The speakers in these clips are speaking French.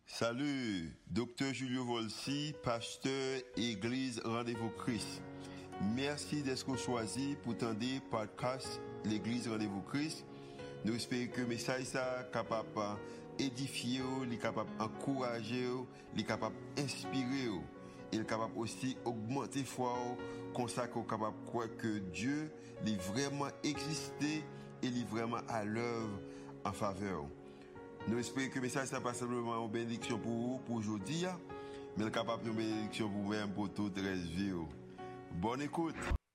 Salut, Docteur Julio Volsi, pasteur Église Rendez-vous Christ. Merci d'être choisi pour tendre podcast l'Église Rendez-vous Christ. Nous espérons que le message est capable d'édifier, capable d'encourager, capable d'inspirer, et capable aussi d'augmenter foi, comme ça qu'on est capable de croire que Dieu est vraiment existé et est vraiment à l'œuvre en faveur. Nous espérons que le message n'est pas simplement une bénédiction pour vous, pour aujourd'hui, mais capable de bénédiction pour vous-même, pour toute la vie. Bonne écoute.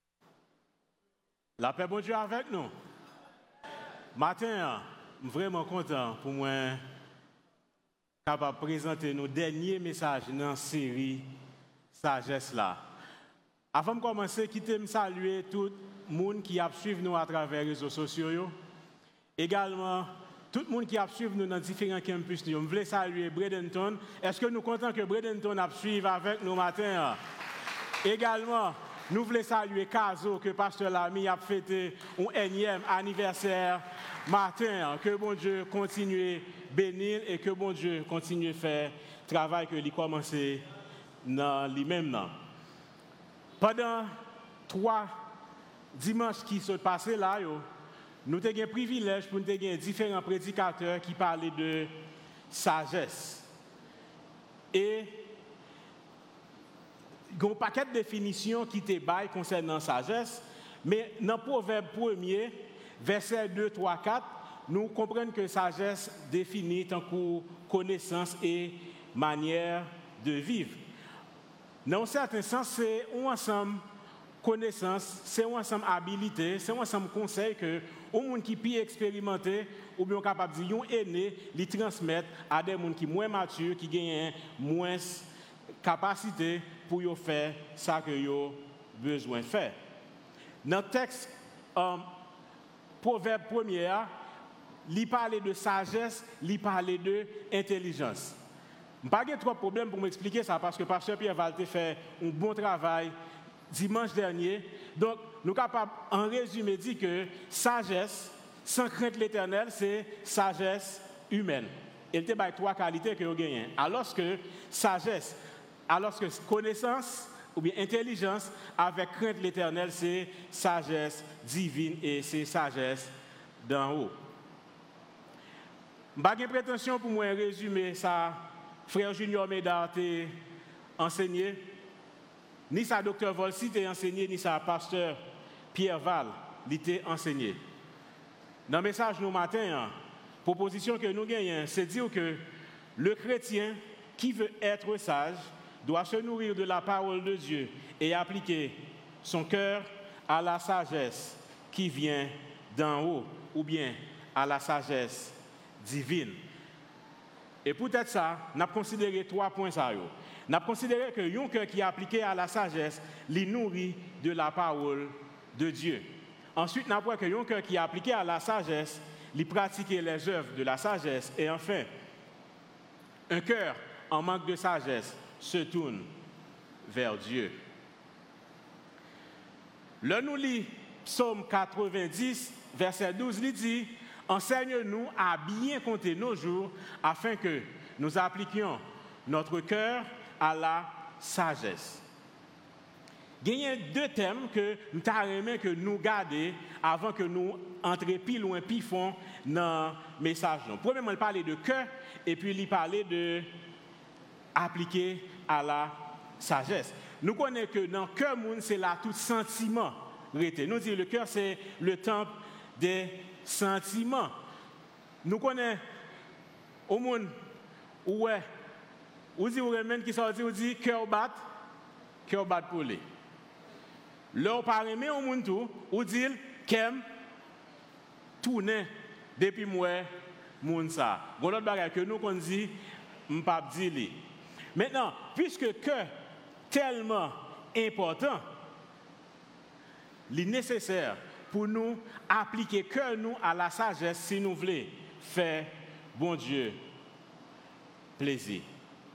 La paix, bon Dieu, avec nous. Matin, je suis vraiment content pour moi capable de présenter nos derniers messages dans la série Sagesse là. Avant de commencer, quittez me saluer tout le monde qui a suivi nous à travers les réseaux sociaux. Également, tout le monde qui a suivi nous dans différents campus. Je voulais saluer Bradenton. Est-ce que nous sommes contents que Bradenton a suivi avec nous matin? Également, nous voulons saluer Caso, que Pasteur Lamy a fêté un énième anniversaire matin. Que bon Dieu continue à bénir et que bon Dieu continue à faire le travail que lui a commencé dans lui-même. Pendant 3 dimanches qui sont passés là, nous avons un privilège pour nous avoir différents prédicateurs qui parlaient de sagesse. Et il y a un paquet de définitions qui te baillent concernant la sagesse, mais dans le Proverbe 1er, versets 2, 3, 4, nous comprenons que sagesse définit tant que connaissance et manière de vivre. Dans un certain sens, c'est un ensemble connaissance, c'est un ensemble habilité, c'est un ensemble conseil que aux gens qui peuvent expérimenter ou bien capable de dire un aîné, les transmettre à des gens qui sont moins matures, qui ont moins capacité pour faire ça que ils ont besoin de faire. Dans le texte Proverbe 1er, il parle de sagesse, il parle de intelligence. Je n'ai pas trop de problème pour m'expliquer ça parce que Pasteur Pierre Valte fait un bon travail dimanche dernier. Donc, nous sommes capables, en résumé, de dire que sagesse, sans crainte l'Éternel, c'est sagesse humaine. Il y a 3 qualités que vous gagnez. Alors que sagesse, alors que connaissance ou bien intelligence, avec crainte l'Éternel, c'est sagesse divine et c'est sagesse d'en haut. Je n'ai pas de prétention pour moi résumer ça. Frère Junior Médard t'a enseigné, ni sa docteur Volsi t'a enseigné, ni sa pasteur Pierre Val t'a enseigné. Dans le message nous matin, la proposition que nous gagnons, c'est dire que le chrétien qui veut être sage doit se nourrir de la parole de Dieu et appliquer son cœur à la sagesse qui vient d'en haut ou bien à la sagesse divine. Et peut-être ça, nous avons considéré 3 points. Nous avons considéré que un cœur qui est appliqué à la sagesse, les nourrit de la parole de Dieu. Ensuite, nous avons vu que un cœur qui est appliqué à la sagesse, il pratique les œuvres de la sagesse. Et enfin, un cœur en manque de sagesse se tourne vers Dieu. Là, nous lisons Psaume 90, verset 12, il dit: enseigne-nous à bien compter nos jours afin que nous appliquions notre cœur à la sagesse. Il y a 2 thèmes que nous avons que nous garder avant que nous entrions plus loin, plus fond dans le message. Premièrement, il parlait de cœur et puis il parlait de appliquer à la sagesse. Nous connaissons que dans le cœur, c'est là tout sentiment. Nous disons que le cœur, c'est le temple des sentiments. Nous connaissons au monde où on dit qui sorti, on dit cœur bat pour lui. Là on parle mais au monde tout, on dit qu'aime tourner depuis moi monde ça. Bon l'autre bagage que nous qu'on dit m'pas dire. Maintenant, puisque cœur tellement important, il est nécessaire pour nous appliquer cœur nous à la sagesse si nous voulons faire bon Dieu plaisir.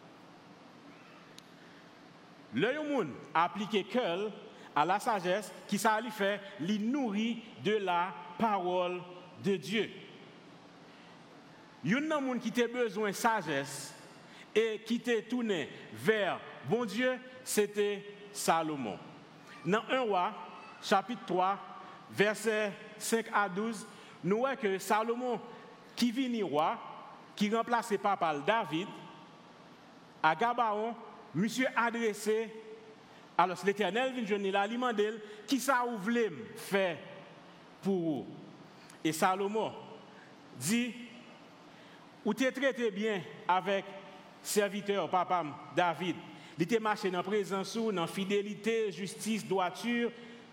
Le monde appliquer cœur à la sagesse qui ça lui fait, lui nourrit de la parole de Dieu. Il y a des gens qui ont besoin de sagesse et qui était tourné vers bon Dieu, c'était Salomon. Dans 1 Roi, chapitre 3, versets 5 à 12, nous voyons que Salomon, qui vient roi, qui remplaçait papa David, à Gabaon, monsieur adressé, alors l'Éternel vient jeûner là, il demandé qui ça vous voulez faire pour vous. Et Salomon dit, ou t'es traité bien avec serviteur papa David, il était marché dans présence ou dans fidélité, justice, droiture.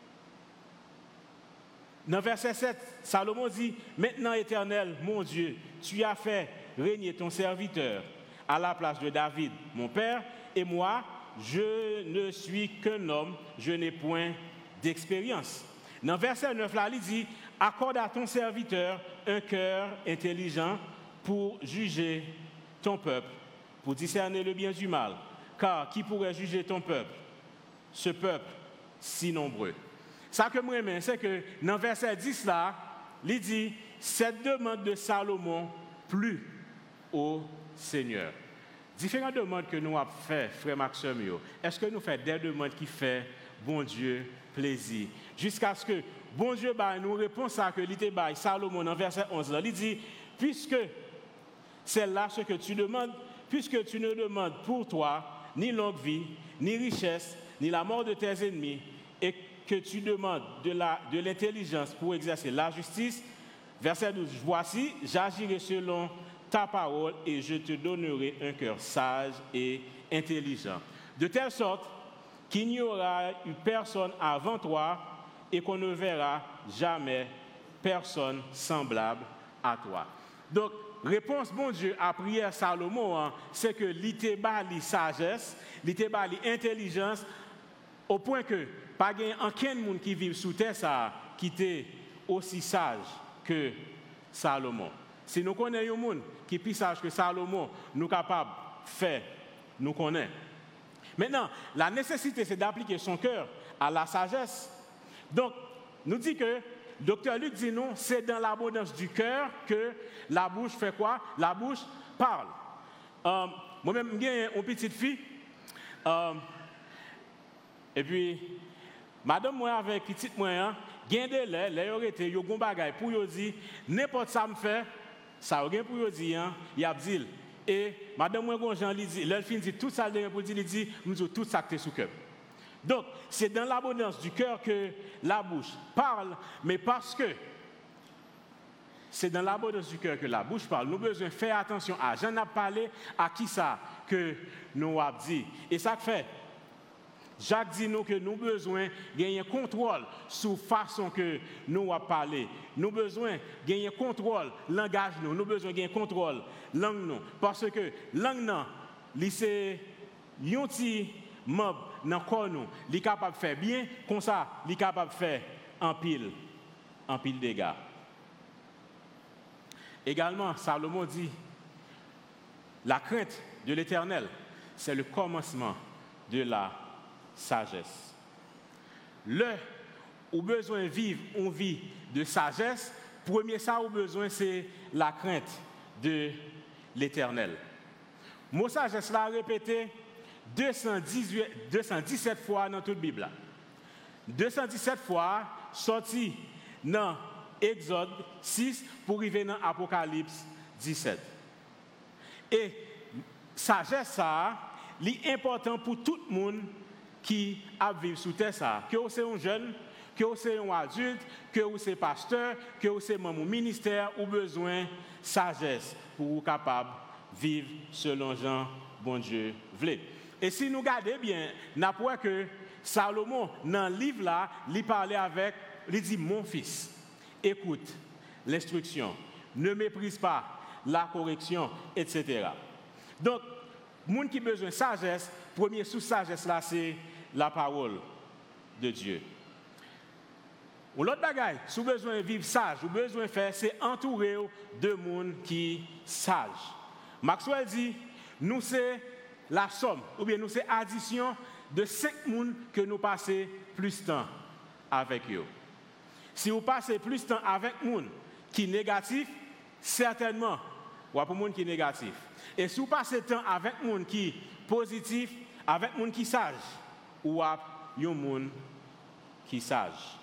Dans verset 7, Salomon dit, maintenant Éternel, mon Dieu, tu as fait régner ton serviteur à la place de David, mon père, et moi, je ne suis qu'un homme, je n'ai point d'expérience. Dans verset 9, là, il dit, accorde à ton serviteur un cœur intelligent pour juger ton peuple, pour discerner le bien du mal. Car qui pourrait juger ton peuple, ce peuple si nombreux? Ça que moi j'aime, c'est que dans verset 10 là, il dit, cette demande de Salomon plut au Seigneur. Différentes demandes que nous avons fait, frère Maxime, est-ce que nous faisons des demandes qui font bon Dieu plaisir? Jusqu'à ce que bon Dieu nous répond à que l'ité bail Salomon dans verset 11 là, il dit, puisque c'est là ce que tu demandes, puisque tu ne demandes pour toi ni longue vie, ni richesse, ni la mort de tes ennemis, et que tu demandes de l'intelligence pour exercer la justice, verset 12, voici, j'agirai selon ta parole et je te donnerai un cœur sage et intelligent, de telle sorte qu'il n'y aura eu personne avant toi et qu'on ne verra jamais personne semblable à toi. Donc, réponse, bon Dieu, à prière Salomon, c'est que l'ité bali sagesse, l'ité bali intelligence, au point que pas aucun monde qui vit sous terre ça qui était aussi sage que Salomon. Si nous connaissons un monde qui est plus sage que Salomon, nous sommes capables de faire, nous connaissons. Maintenant, la nécessité, c'est d'appliquer son cœur à la sagesse. Donc, nous dit que Docteur Luc dit non, c'est dans l'abondance du cœur que la bouche fait quoi? La bouche parle. Moi-même, j'ai une petite fille. Et puis, madame, moi, avec petite moi, j'ai des lait, les aurait été, yo gon bagay pour yo dire, n'importe ça me fait, ça rien pour yo dire, y a dit. Et madame, moi, gon Jean, lui dit, l'elfine dit tout ça, pour dire, il dit, nous tout ça que sous cœur. Donc, c'est dans l'abondance du cœur que la bouche parle, mais parce que c'est dans l'abondance du cœur que la bouche parle, nous avons besoin de faire attention à j'en ai parlé à qui ça que nous avons dit. Et ça fait, Jacques dit nous que nous avons besoin de gagner contrôle sur la façon que nous avons parlé. Nous avons besoin de gagner contrôle langage nous, nous avons besoin de gagner contrôle langue nous. Parce que langue nous, c'est un petit mob dans le corps nous, il est capable de faire bien, comme ça, il est capable de faire en pile dégâts. Également, Salomon dit, la crainte de l'Éternel, c'est le commencement de la sagesse. Le où besoin de vivre une vie de sagesse, premier ça où besoin c'est la crainte de l'Éternel. Mot sagesse là répété 217 fois dans toute la Bible. 217 fois sorti dans Exode 6 pour arriver dans Apocalypse 17. Et sagesse ça, c'est important pour tout le monde qui a vécu sous terre ça. Que vous êtes un jeune, que vous êtes un adulte, que vous êtes pasteur, que vous êtes membre du ministère, ou besoin de sagesse pour être capable de vivre selon Jean, bon Dieu, voulait. Et si nous regardons bien, nous voyons que Salomon, dans le livre là, il parlait avec, il dit, mon fils, écoute l'instruction, ne méprise pas la correction, etc. Donc, les gens qui ont besoin de sagesse, premier sous sagesse là, c'est la parole de Dieu. Ou l'autre bagaille, si vous avez besoin de vivre sage, vous avez besoin de faire, c'est entourer de gens qui sont sages. Maxwell dit, nous c'est la somme, ou bien nous c'est addition de 5 personnes que nous passons plus de temps avec eux. Si vous passez plus de temps avec des gens qui sont négatifs, certainement, ou pour monde qui est négatif. Et si vous passez temps avec monde qui est positif, avec monde qui est sage, ou un monde qui est sage.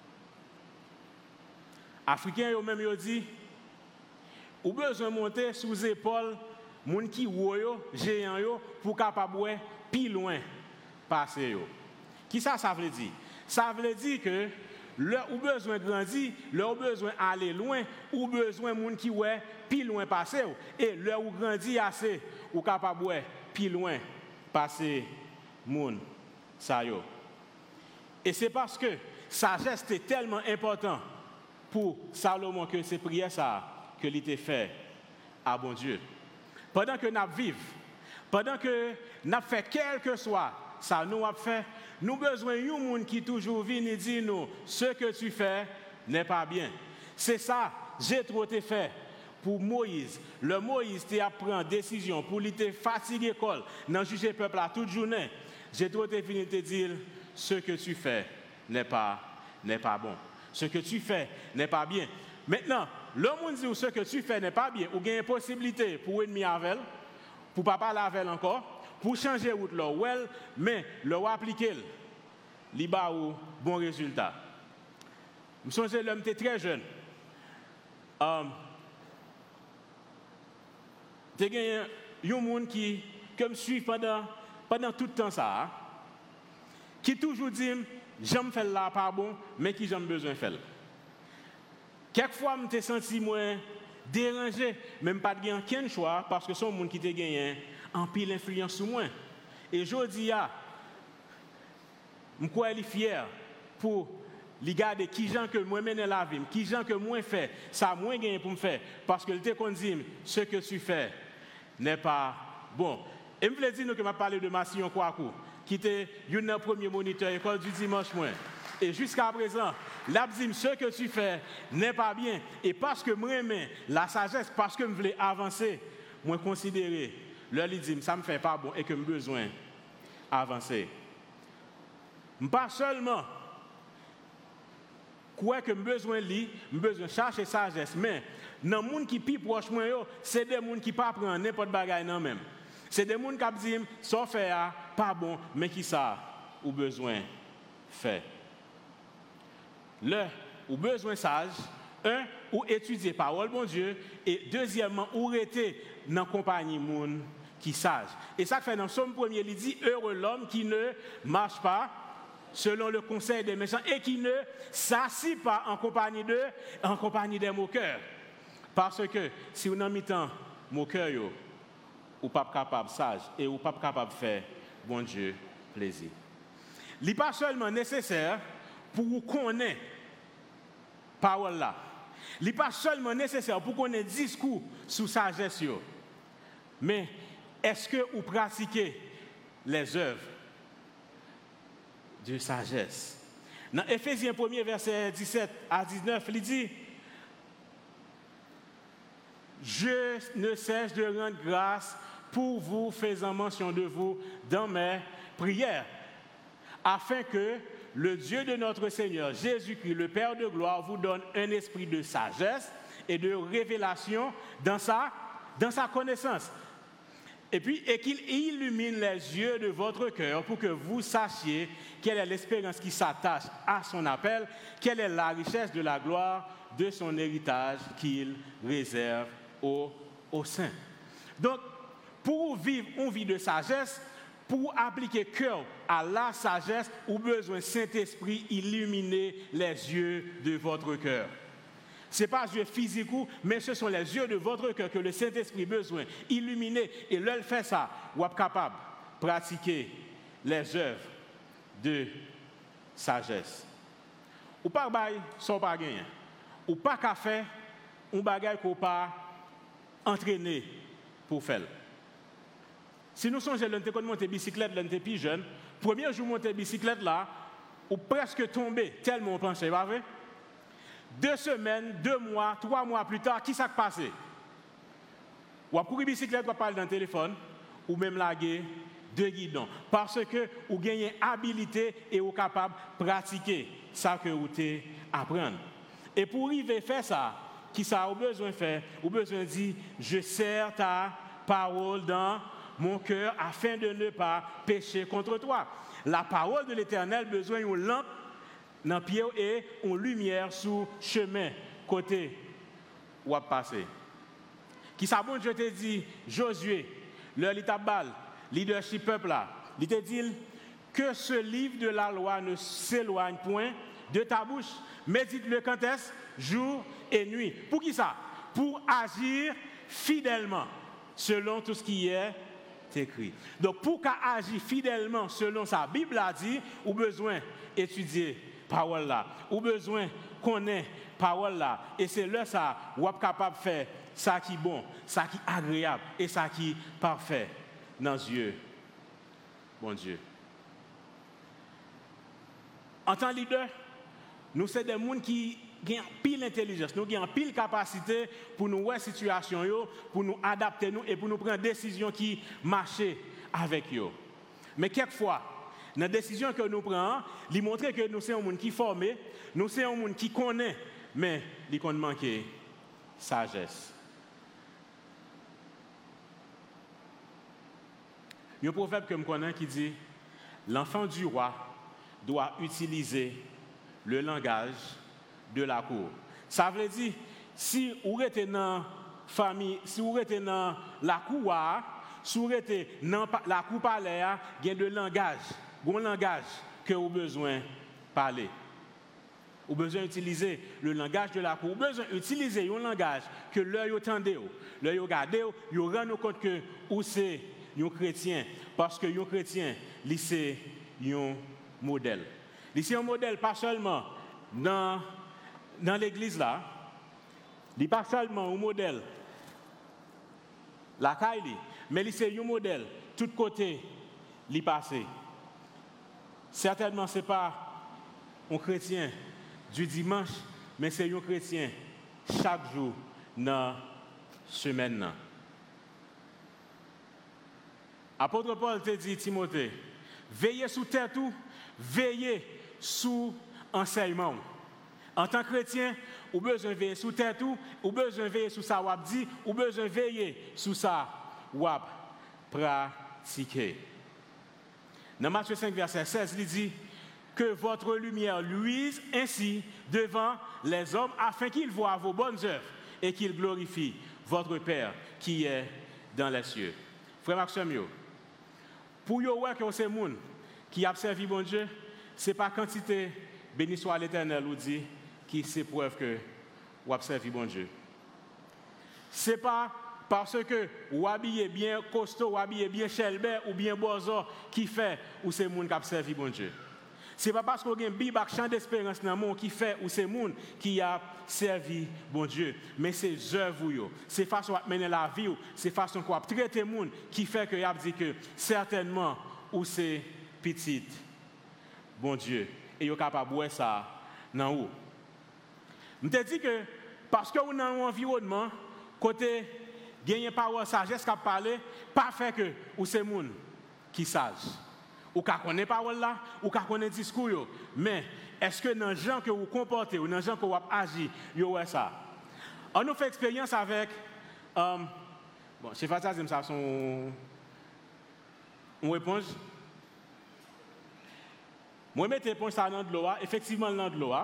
Africains eux même dit ou besoin monter sous épaule monde qui woyo géant yo pour capable plus loin passer yo. Qui ça veut dire? Ça veut dire que leur ou besoin grandir, leur besoin aller loin, ou besoin monde qui plus loin passer et leur ou grandir assez ou capable plus loin passer monde ça yo. Et c'est parce que sagesse est tellement important pour Salomon que c'est prière ça que il était fait à bon Dieu. Pendant que nous vivons, pendant que nous fait quel que soit ça nous a fait, nous avons besoin d'un monde qui toujours vient et dit nous ce que tu fais n'est pas bien. C'est ça, j'ai trop été fait pour Moïse. Le Moïse qui a pris une décision pour lui fatiguer l'école, dans juger le peuple à toute journée. J'ai trop été fini de te dire ce que tu fais n'est pas bon. Ce que tu fais n'est pas bien. Maintenant, le monde dit ce que tu fais n'est pas bien, ou il y a une possibilité pour ennemi avec, pour ne pas parler avec encore, pour changer route là, mais le appliquer, il y a un bon résultat. Je me souviens, l'homme était très jeune. Il y a un monde qui me suit pendant tout le temps ça, qui toujours dit j'aime faire là pas bon, mais qui j'aime besoin de faire. Quelquefois, je me senti moins dérangé, même pas de gagner aucun choix, parce que son monde qui te gagné en pile influence sur moi. Et je dis, je suis fier pour regarder qui gens que moi mène la vie, qui gens que moi fait, ça moi gagné pour me faire, parce que le te dit ce que tu fais n'est pas bon. Et je voulais dire que je vais parler de Massillon Kouakou, qui était un premier moniteur école du dimanche moins. Et jusqu'à présent, l'abdim, ce que tu fais n'est pas bien. Et parce que moi j'aime la sagesse, parce que je voulais avancer, moi considérer le lidim, ça me fait pas bon et que j'ai besoin d'avancer. Pas seulement quoi que j'ai besoin de lire, j'ai besoin de chercher sagesse, mais dans les gens qui sont plus proches de moi, c'est des gens qui ne prennent pas n'importe quel bagage non même. C'est des gens qui disent, ça fait pas bon, mais qui ça ou besoin de faire. Ou besoin sage, ou étudier parole bon Dieu, et deuxièmement, ou rester dans la compagnie monde qui sage. Et ça fait dans Somme 1er, il dit, heureux l'homme qui ne marche pas selon le conseil des méchants et qui ne s'assit pas en compagnie des moqueurs. Parce que si vous n'avez pas moqueur, ou pas capable sage et ou pas capable de faire bon Dieu plaisir. Il n'est pas seulement nécessaire pour vous connaître parole là. Il n'est pas seulement nécessaire pour qu'on ait discours sous sagesse, mais est-ce que vous pratiquez les œuvres de sagesse? Dans Éphésiens 1er, verset 17 à 19, il dit « Je ne cesse de rendre grâce pour vous, faisant mention de vous dans mes prières, afin que le Dieu de notre Seigneur Jésus-Christ, le Père de gloire, vous donne un esprit de sagesse et de révélation dans sa connaissance. Et qu'il illumine les yeux de votre cœur pour que vous sachiez quelle est l'espérance qui s'attache à son appel, quelle est la richesse de la gloire de son héritage qu'il réserve aux saints. » Donc, pour vivre une vie de sagesse, pour appliquer cœur à la sagesse, ou besoin Saint-Esprit illuminer les yeux de votre cœur. Ce n'est pas les yeux physiques, mais ce sont les yeux de votre cœur que le Saint-Esprit a besoin illuminer. Et là, fait ça, vous êtes capable de pratiquer les œuvres de sagesse. Ou pas bail, sans pas gagner. Ou pas qu'à faire, un bagage qu'on pas entraîné pour faire. Si nous songeons l'on te monter bicyclette, l'on te plus jeune, premier jour monter bicyclette là, ou presque tombé tellement on pensait, pas vrai? 2 semaines, 2 mois, 3 mois plus tard, qui s'est passé? Ou à courir bicyclette, ou à parler dans le téléphone, ou même laguer de guidon. Parce que vous gagnez habilité et vous êtes capable de pratiquer ça que vous apprendre. Et pour arriver à faire ça, qui ça a besoin de faire? Ou besoin de dire, je serre ta parole dans mon cœur afin de ne pas pécher contre toi. La parole de l'Éternel besoin d'une lampe dans le pied et une lumière sous chemin, côté où à passer. Qui ça bon, je te dis, Josué, le litabal, leadership peuple là, il te dit que ce livre de la loi ne s'éloigne point de ta bouche. Médite-le quand est-ce? Jour et nuit. Pour qui ça? Pour agir fidèlement selon tout ce qui est écrit. Donc pour agir fidèlement selon sa Bible a dit, ou besoin étudier parole là, ou besoin connaître parole là, et c'est là ça ou est capable de faire ça qui est bon, ça qui est agréable et ça qui est parfait dans les yeux. Bon Dieu. En tant que leader, nous sommes des gens qui ont pile intelligence, nous avons pile capacité pour nous voir la situation, pour nous adapter nous et pour nous prendre des décisions qui marchent avec eux. Mais quelquefois, dans les décisions que nous prenons, il montre que nous sommes un monde qui est formé, nous sommes un monde qui connaît, mais il manque sagesse. Il y a un proverbe que je connais qui dit « L'enfant du roi doit utiliser le langage de la cour. » Ça veut dire, si vous êtes dans la famille, si vous êtes dans la cour, si vous êtes dans la cour palais, il y a un langage que vous avez besoin de parler. Vous avez besoin d'utiliser le langage de la cour. Vous avez besoin d'utiliser un langage que l'œil entendez, l'œil regardez, vous rendez compte que vous c'est un chrétien. Parce que un chrétien, c'est un modèle. C'est un modèle pas seulement dans l'église là, il n'est pas seulement un modèle la Kaili, mais c'est un modèle tout côté li passé. Certainement ce n'est pas un chrétien du dimanche, mais c'est un chrétien chaque jour dans la semaine. Apôtre Paul te dit, Timothée, veillez sous terre tout, veillez sous enseignement. En tant que chrétien, ou besoin veiller sous terre tout, ou besoin veiller sous ça wap dit, ou besoin veiller sous ça wap pratiquer. Dans Matthieu 5, verset 16, il dit que votre lumière luise ainsi devant les hommes afin qu'ils voient vos bonnes œuvres et qu'ils glorifient votre Père qui est dans les cieux. Frère Maxime, pour vous voir que c'est monde qui a servi bon Dieu, ce n'est pas quantité, béni soit l'Éternel, ou dit, qui c'est preuve que vous avez servi bon Dieu. Ce n'est pas parce que vous habillez bien costaud, vous habillez bien Shelbert ou bien Bozo qui fait ou c'est monde qui a servi bon Dieu. Ce n'est pas parce que vous avez un Bible avec chant d'espérance dans le monde qui fait ou c'est monde qui a servi bon Dieu. Mais c'est œuvres, c'est façon à mener la vie, c'est façon qu'on traiter le monde qui fait que vous avez dit que certainement ou c'est petit bon Dieu. Et vous êtes capable de voir ça dans vous. Je te dis que parce que vous êtes dans un environnement, côté gagner parole sagesse qui a parlé, pas fait que ou c'est monde qui sage. Ou qui connaît parole là, ou qui connaît discours, mais est-ce que dans les gens que vous comportez ou dans les gens que vous agissez, vous avez ça? On nous fait expérience avec bon, chez Fatazim, ça son une éponge. Moi, je mets l'éponge dans de l'eau, effectivement dans de l'eau.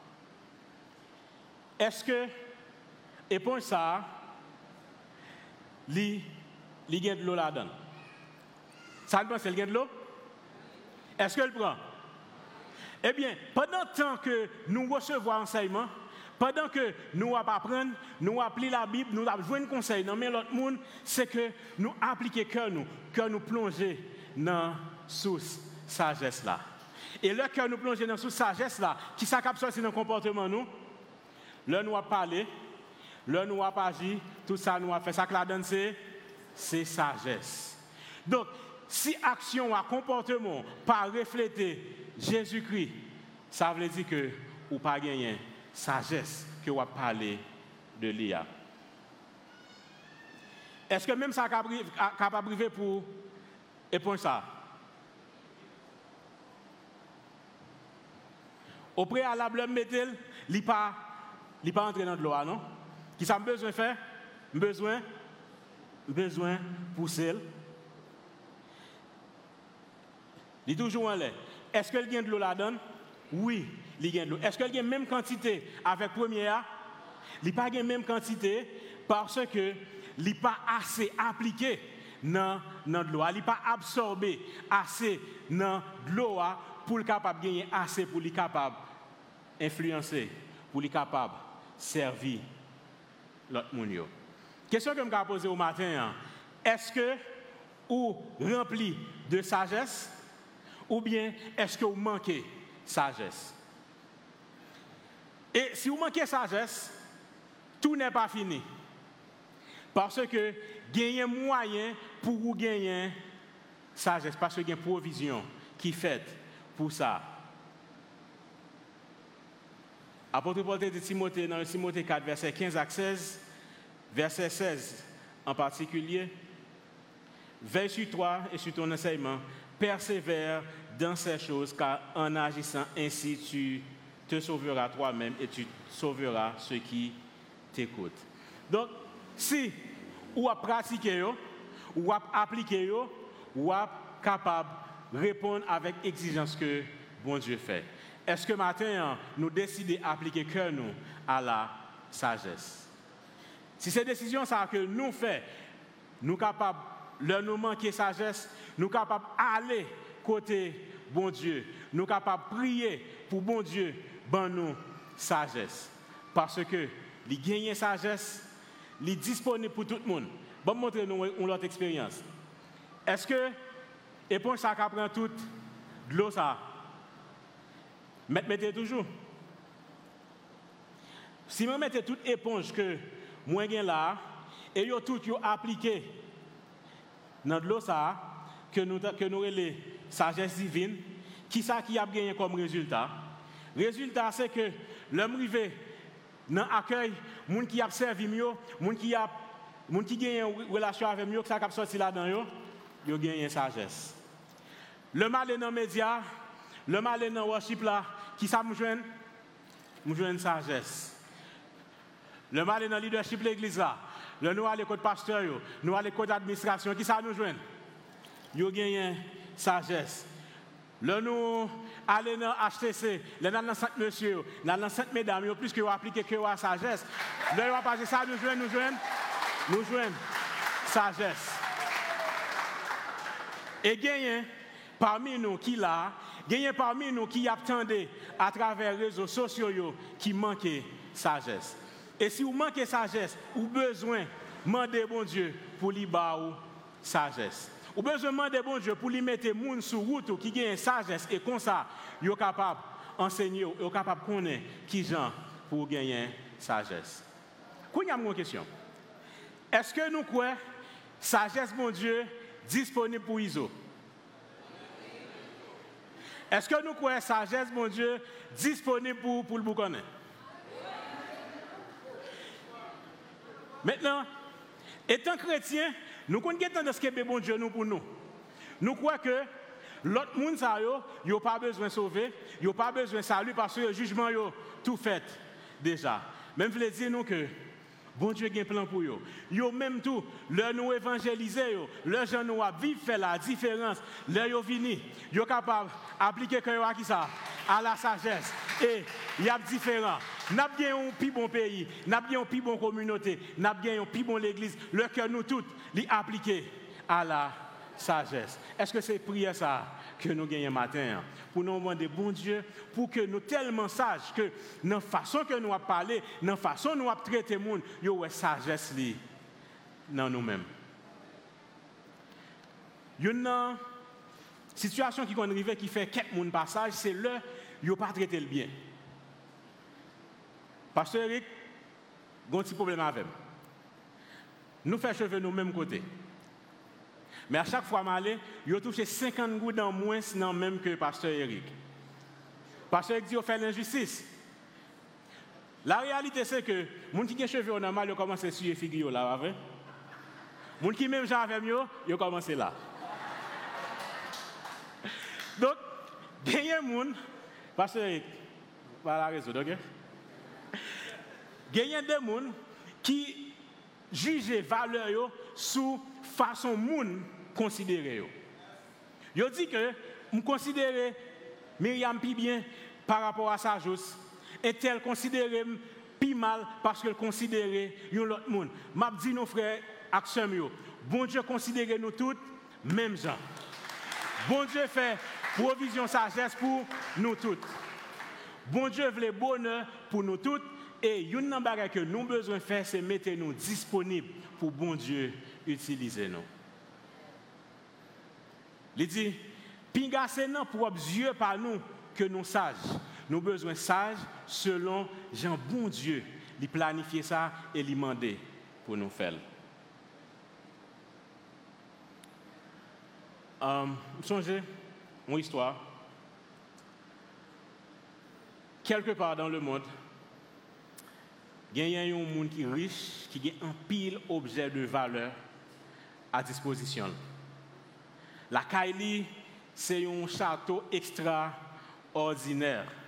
Est-ce que l'éponge ça, il y a de l'eau là-dedans? Ça ne pense qu'il y a de l'eau? Est-ce qu'elle prend? Eh bien, pendant le temps que nous recevons l'enseignement, pendant que nous apprenons, nous appelons la Bible, nous avons joué un conseil dans l'autre monde, c'est que nous appliquons que nous plongeons dans la source sagesse là. Et là que nous plongeons dans la source sagesse là, qui s'accapte dans le comportement nous, là nous avons parlé, là nous avons agi, tout ça nous a fait. Ça que la donne c'est sagesse. Donc, si action ou comportement pas refléter Jésus-Christ, ça veut dire que ou pas gagner sagesse que vous parler de l'IA. Est-ce que même ça capable privé pour éponge ça? Au préalable, il pas entrer dans de l'eau, non? Qui ça besoin faire? Besoin pousser. Il est toujours en l'air. Est-ce qu'il y a de l'eau là-dedans? Oui, il y a de l'eau. Est-ce qu'il y a la même quantité avec première? Il n'y a pas la même quantité parce que il n'est pas assez appliqué dans de l'eau. Il n'est pas absorbé assez dans de l'eau pour être capable de gagner assez pour être capable d'influencer, pour être capable de servir l'autre monde. Question que je me poser au matin, est-ce que vous rempli de sagesse ou bien est-ce que vous manquez sagesse? Et si vous manquez sagesse, tout n'est pas fini. Parce que gagner moyen pour vous gagner sagesse, parce qu'il y a une provision qui est faite pour ça. Apôtre Paul dit Timothée dans Timothée 4, verset 15 à 16, verset 16 en particulier, veille sur toi et sur ton enseignement, persévère dans ces choses, car en agissant ainsi, tu te sauveras toi-même et tu sauveras ceux qui t'écoutent. Donc, si vous pratiquez, vous appliquez, vous êtes capable de répondre avec exigence que bon Dieu fait. Est-ce que matin, nous décidons d'appliquer cœur nous à la sagesse? Si c'est décision ça que nous faisons, nous sommes capables, de nous manquer sagesse, nous sommes capables d'aller côté bon Dieu, nous sommes capables de prier pour bon Dieu, ben nous sagesse. Parce que les gagner sagesse, les disponible pour tout le monde. Bon, montrer-nous une autre expérience. Est-ce que éponge ça prend toute de l'eau ça? Mettez toujours. Si vous mettez toute éponge que moi j'ai là, et vous tout appliqué dans de l'eau ça, que nous les sagesse divine, qui ça qui a gagné comme résultat? Résultat c'est que l'homme rivé dans l'accueil, les gens qui a servi mieux, les gens qui ont une relation avec mieux, que ça a sorti là-dedans, ils ont gagné sagesse. Le mal est dans les médias, le mal est dans le worship là, qui ça me joue sagesse. Le mal est dans le leadership de l'église là, le nous à l'école pasteur, nous à l'école d'administration, qui ça nous joue? Ils ont gagné sagesse. Le nous aller dans HTC, le dans Saint Monsieur, dans Sainte Mesdames, plus que vous appliquez que la sagesse. Le vous passer ça nous joignent sagesse. Et gagner parmi nous qui là, gagner parmi nous qui attendent à travers les réseaux sociaux qui manquent sagesse. Et si vous manquez sagesse, vous avez besoin de demander bon Dieu pour lui donner sagesse. Ou besoin de demander bon Dieu pour lui mettre les gens sur route qui ont sagesse et comme ça, ils sont capables d'enseigner, ils sont capables de connaître qui gens pour gagner sagesse. Quand y a une question, est-ce que nous croyons sagesse bon Dieu disponible pour ISO? Est-ce que nous croyons sagesse bon Dieu disponible pour le bouconner? Maintenant, étant chrétien, nous connaissons de ce que bon Dieu nous pour nous. Nous croyons que l'autre monde, il n'a pas besoin de sauver, il n'a pas besoin de salut parce que le jugement est tout fait déjà. Même je veux dire nous que bon Dieu a un plan pour eux. Yo même tout, leur nous évangéliser, leur gens nous vivre faire la différence, leur yo vini, yo capable appliquer que à qui ça à la sagesse et il y a différent. N'a bien un plus bon pays, n'a bien une plus bonne communauté, n'a bien une plus bonne l'église, le cœur nous tous li appliquer à la sagesse. Est-ce que c'est prière ça que nous gagnons matin pour nous demander bon Dieu pour que nous tellement sages que dans la façon que nous avons parlé, dans la façon que nous avons traité le monde, il y a sagesse dans nous-mêmes. Il y a une situation qui arrive qui fait quelques monde passage, c'est là il n'a pas traité le bien. Pasteur Eric, il y a un petit problème avec nous. Nous faisons cheveux nous même côté. Mais à chaque fois que je vais touché 50 gouttes en moins non même que Pasteur Eric. Pasteur Eric dit qu'il fait l'injustice. La réalité c'est que les gens qui ont cheveux normal, ils commencent à suivre les figures là. Les gens qui même gens avec mieux, ils commencent là. Donc, il y a des gens, Pasteur Eric, par la raison, ok? Il y a des gens qui juge valeur yo sous façon moun considérer yo. Yo dit que me considérer Myriam pi bien par rapport à sa chose et tel considérer pi mal parce que considérer yon l'autre monde. M'a dit nos frères ak sœurs yo, bon Dieu considérer nous toutes même gens. Bon Dieu fait provision sagesse pour nous toutes. Bon Dieu veut le bonheur pour nous toutes et une nan bagay que nous besoin faire c'est mettre nous disponibles pour bon Dieu utiliser nous. Il dit pinga c'est non pour Dieu par nous que nous sages. Nous besoin sages selon Jean bon Dieu, il planifier ça et il demander pour nous faire. Songez mon histoire. Quelque part dans le monde, il y a un monde qui est riche, qui a un pile objet de valeur à disposition. La Kaili, c'est un château extraordinaire.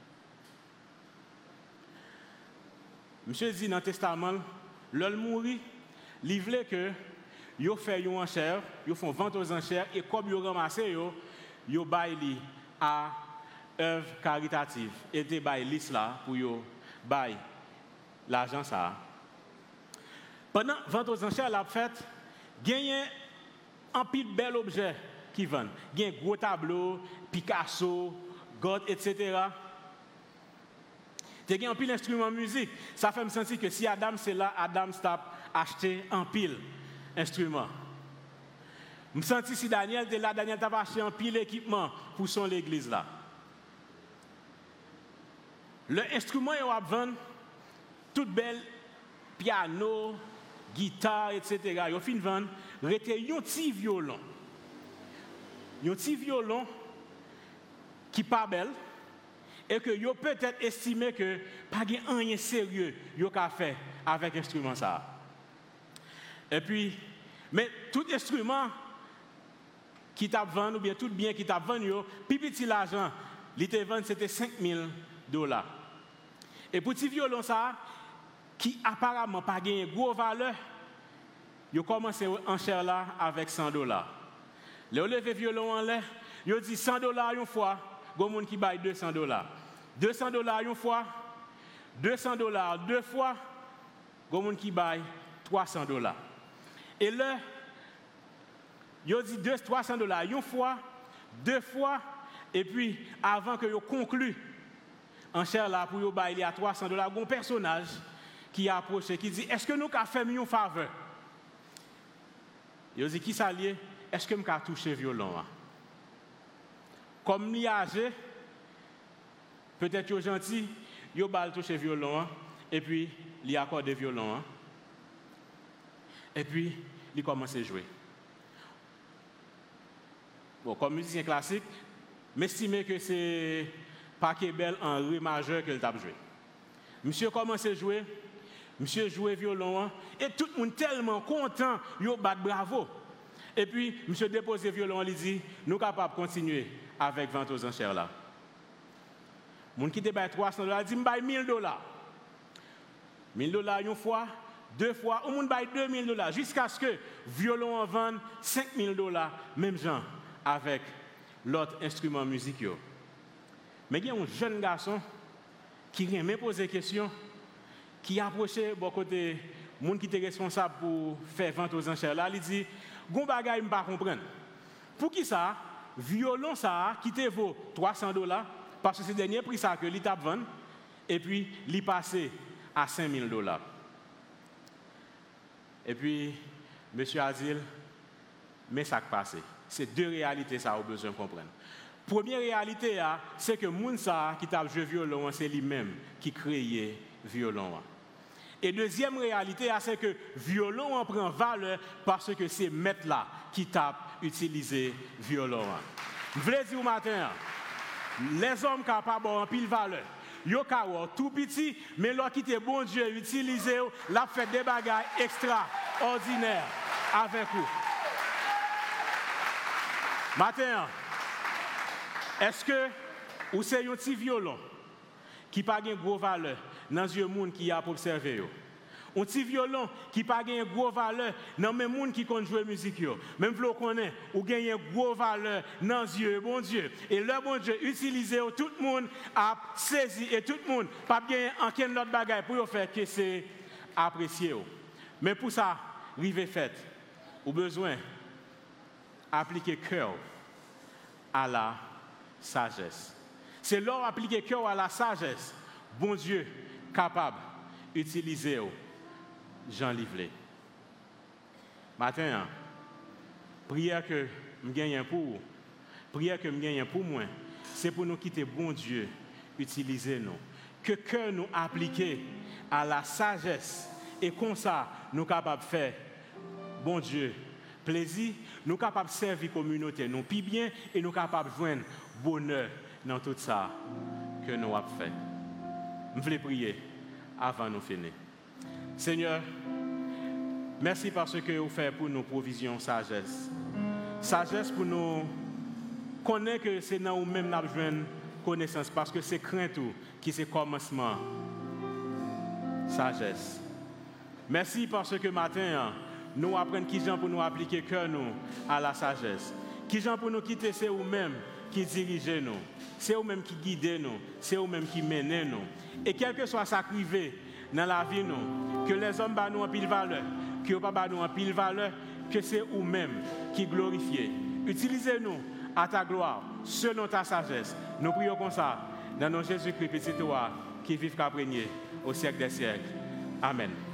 Monsieur dit dans le testament, l'homme mourit, il voulait que yo fait une enchère, yo font vente aux enchères et comme yo ramassé yo bail à œuvre caritative et te bail liste là pour yo bail l'argent ça. Pendant vente aux enchères la fête, gagne un pile bel objet qui vendent. Gagne gros tableau, Picasso, God etc. Te gagne un pile instrument musique. Ça fait me sentir que si Adam c'est là, Adam t'a acheté un pile instrument. Je me sens si Daniel était là, Daniel t'a acheté un pile équipement pour son l'église là. Le instrument il va vendre tout belle piano, guitare etc. Il fin vendre rete un petit violon. Un petit violon qui pas belle et que yo peut-être estimé que pas rien sérieux yo ka fait avec instrument ça. Et puis, mais tout instrument qui t'a vendu, ou bien tout bien qui t'a vendu, puis petit l'argent, il te vendu c'était $5,000. Et pour petit violon ça, qui apparemment pas gagné gros valeur, il commencé en cher là avec $100. Le levé violon en l'air, il dit $100 une fois, gon monde qui baille $200. $200 une fois, $200 deux fois, gon monde qui baille $300. Et là, il dit $300 une fois, deux fois, et puis avant que vous concluez en cher là pour vous bailler à $300, il y a un personnage qui a approché, qui dit est-ce que nous avons fait une faveur? Il dit qui ça lié? Est-ce que nous avons touché le violon? Comme nous âgé, peut-être que gentil, il a touché le violon, et puis il a accordé le violon. Et puis, il commence à jouer. Bon, comme musicien classique, m'estime que c'est paquet bel en ré majeur qu'il a joué. Monsieur commence à jouer, monsieur joue violon, et tout le monde tellement content, il bat bravo. Et puis, monsieur dépose le violon, il dit, nous sommes capables de continuer avec vente aux enchères là. Les gens qui te baillent $300, dit, je baille $1,000. $1,000 une fois, deux fois, on baille $2,000 jusqu'à ce que violon en vende $5,000, même gens avec l'autre instrument musical. Mais il y a un jeune garçon qui vient me poser des questions, qui approchait bon côté monde qui était responsable pour faire vente aux enchères là, il dit gon bagay me pas comprendre. Pour qui ça violon ça qui te vaut $300 parce que c'est le dernier prix ça que l'État vend et puis il passé à $5,000. Et puis monsieur a dit mais ça qui passe. C'est deux réalités ça a besoin de comprendre. Première réalité c'est que moun ça qui t'a joué violon c'est lui-même qui créait violon. Et deuxième réalité, c'est que violon en prend valeur parce que c'est maître là qui tape utiliser violon. Je voulais dire au matin, les hommes capables en pile valeur. Yo kawo tout petit, mais là qui te bon Dieu utiliser, l'a fait des bagages extraordinaires avec vous. Matin, est-ce que ou c'est un petit violon qui pas gain gros valeur dans yeux monde qui a pour observer yo. un petit violon qui pas gagne gros valeur dans même monde qui compte jouer musique yo. Même vlo connaît ou gagne gros valeur dans yeux bon Dieu. Et le bon Dieu utiliser tout le monde a saisi et tout le monde pas gagner aucun autre bagaille pour faire que c'est apprécié. Mais pour ça, rive fait, ou besoin appliquer cœur à la sagesse. C'est leur appliquer cœur à la sagesse. Bon Dieu capable d'utiliser Jean Livlé. Matin, prière que je gagne pour prière que je gagne pour moi, c'est pour nous quitter bon Dieu, utiliser nous. Que cœur nous appliquer à la sagesse et comme ça nous capables de faire bon Dieu plaisir, nous capables de servir la communauté, nous plus bien et nous capables de joindre bonheur dans tout ça que nous avons fait. Je voulais prier avant de finir. Seigneur, merci parce que vous faites pour nous provision sagesse. Sagesse pour nous connaître que c'est dans nous-mêmes que nous avons besoin de connaissance parce que c'est crainte qui c'est commencement. Sagesse. Merci parce que matin, nous apprenons qui gens pour nous appliquer cœur nous à la sagesse. Qui gens pour nous quitter, c'est vous-même qui dirigez nous. C'est vous-même qui guidez nous. C'est vous-même qui menez nous. Et quel que soit ça privé dans la vie, nous, que les hommes nous en pile valeur, que les papas nous en pile valeur, que c'est vous-même qui glorifiez. Utilisez-nous à ta gloire, selon ta sagesse. Nous prions comme ça, dans nos Jésus-Christ, petit toi, qui vit qu'à régner au siècle des siècles. Amen.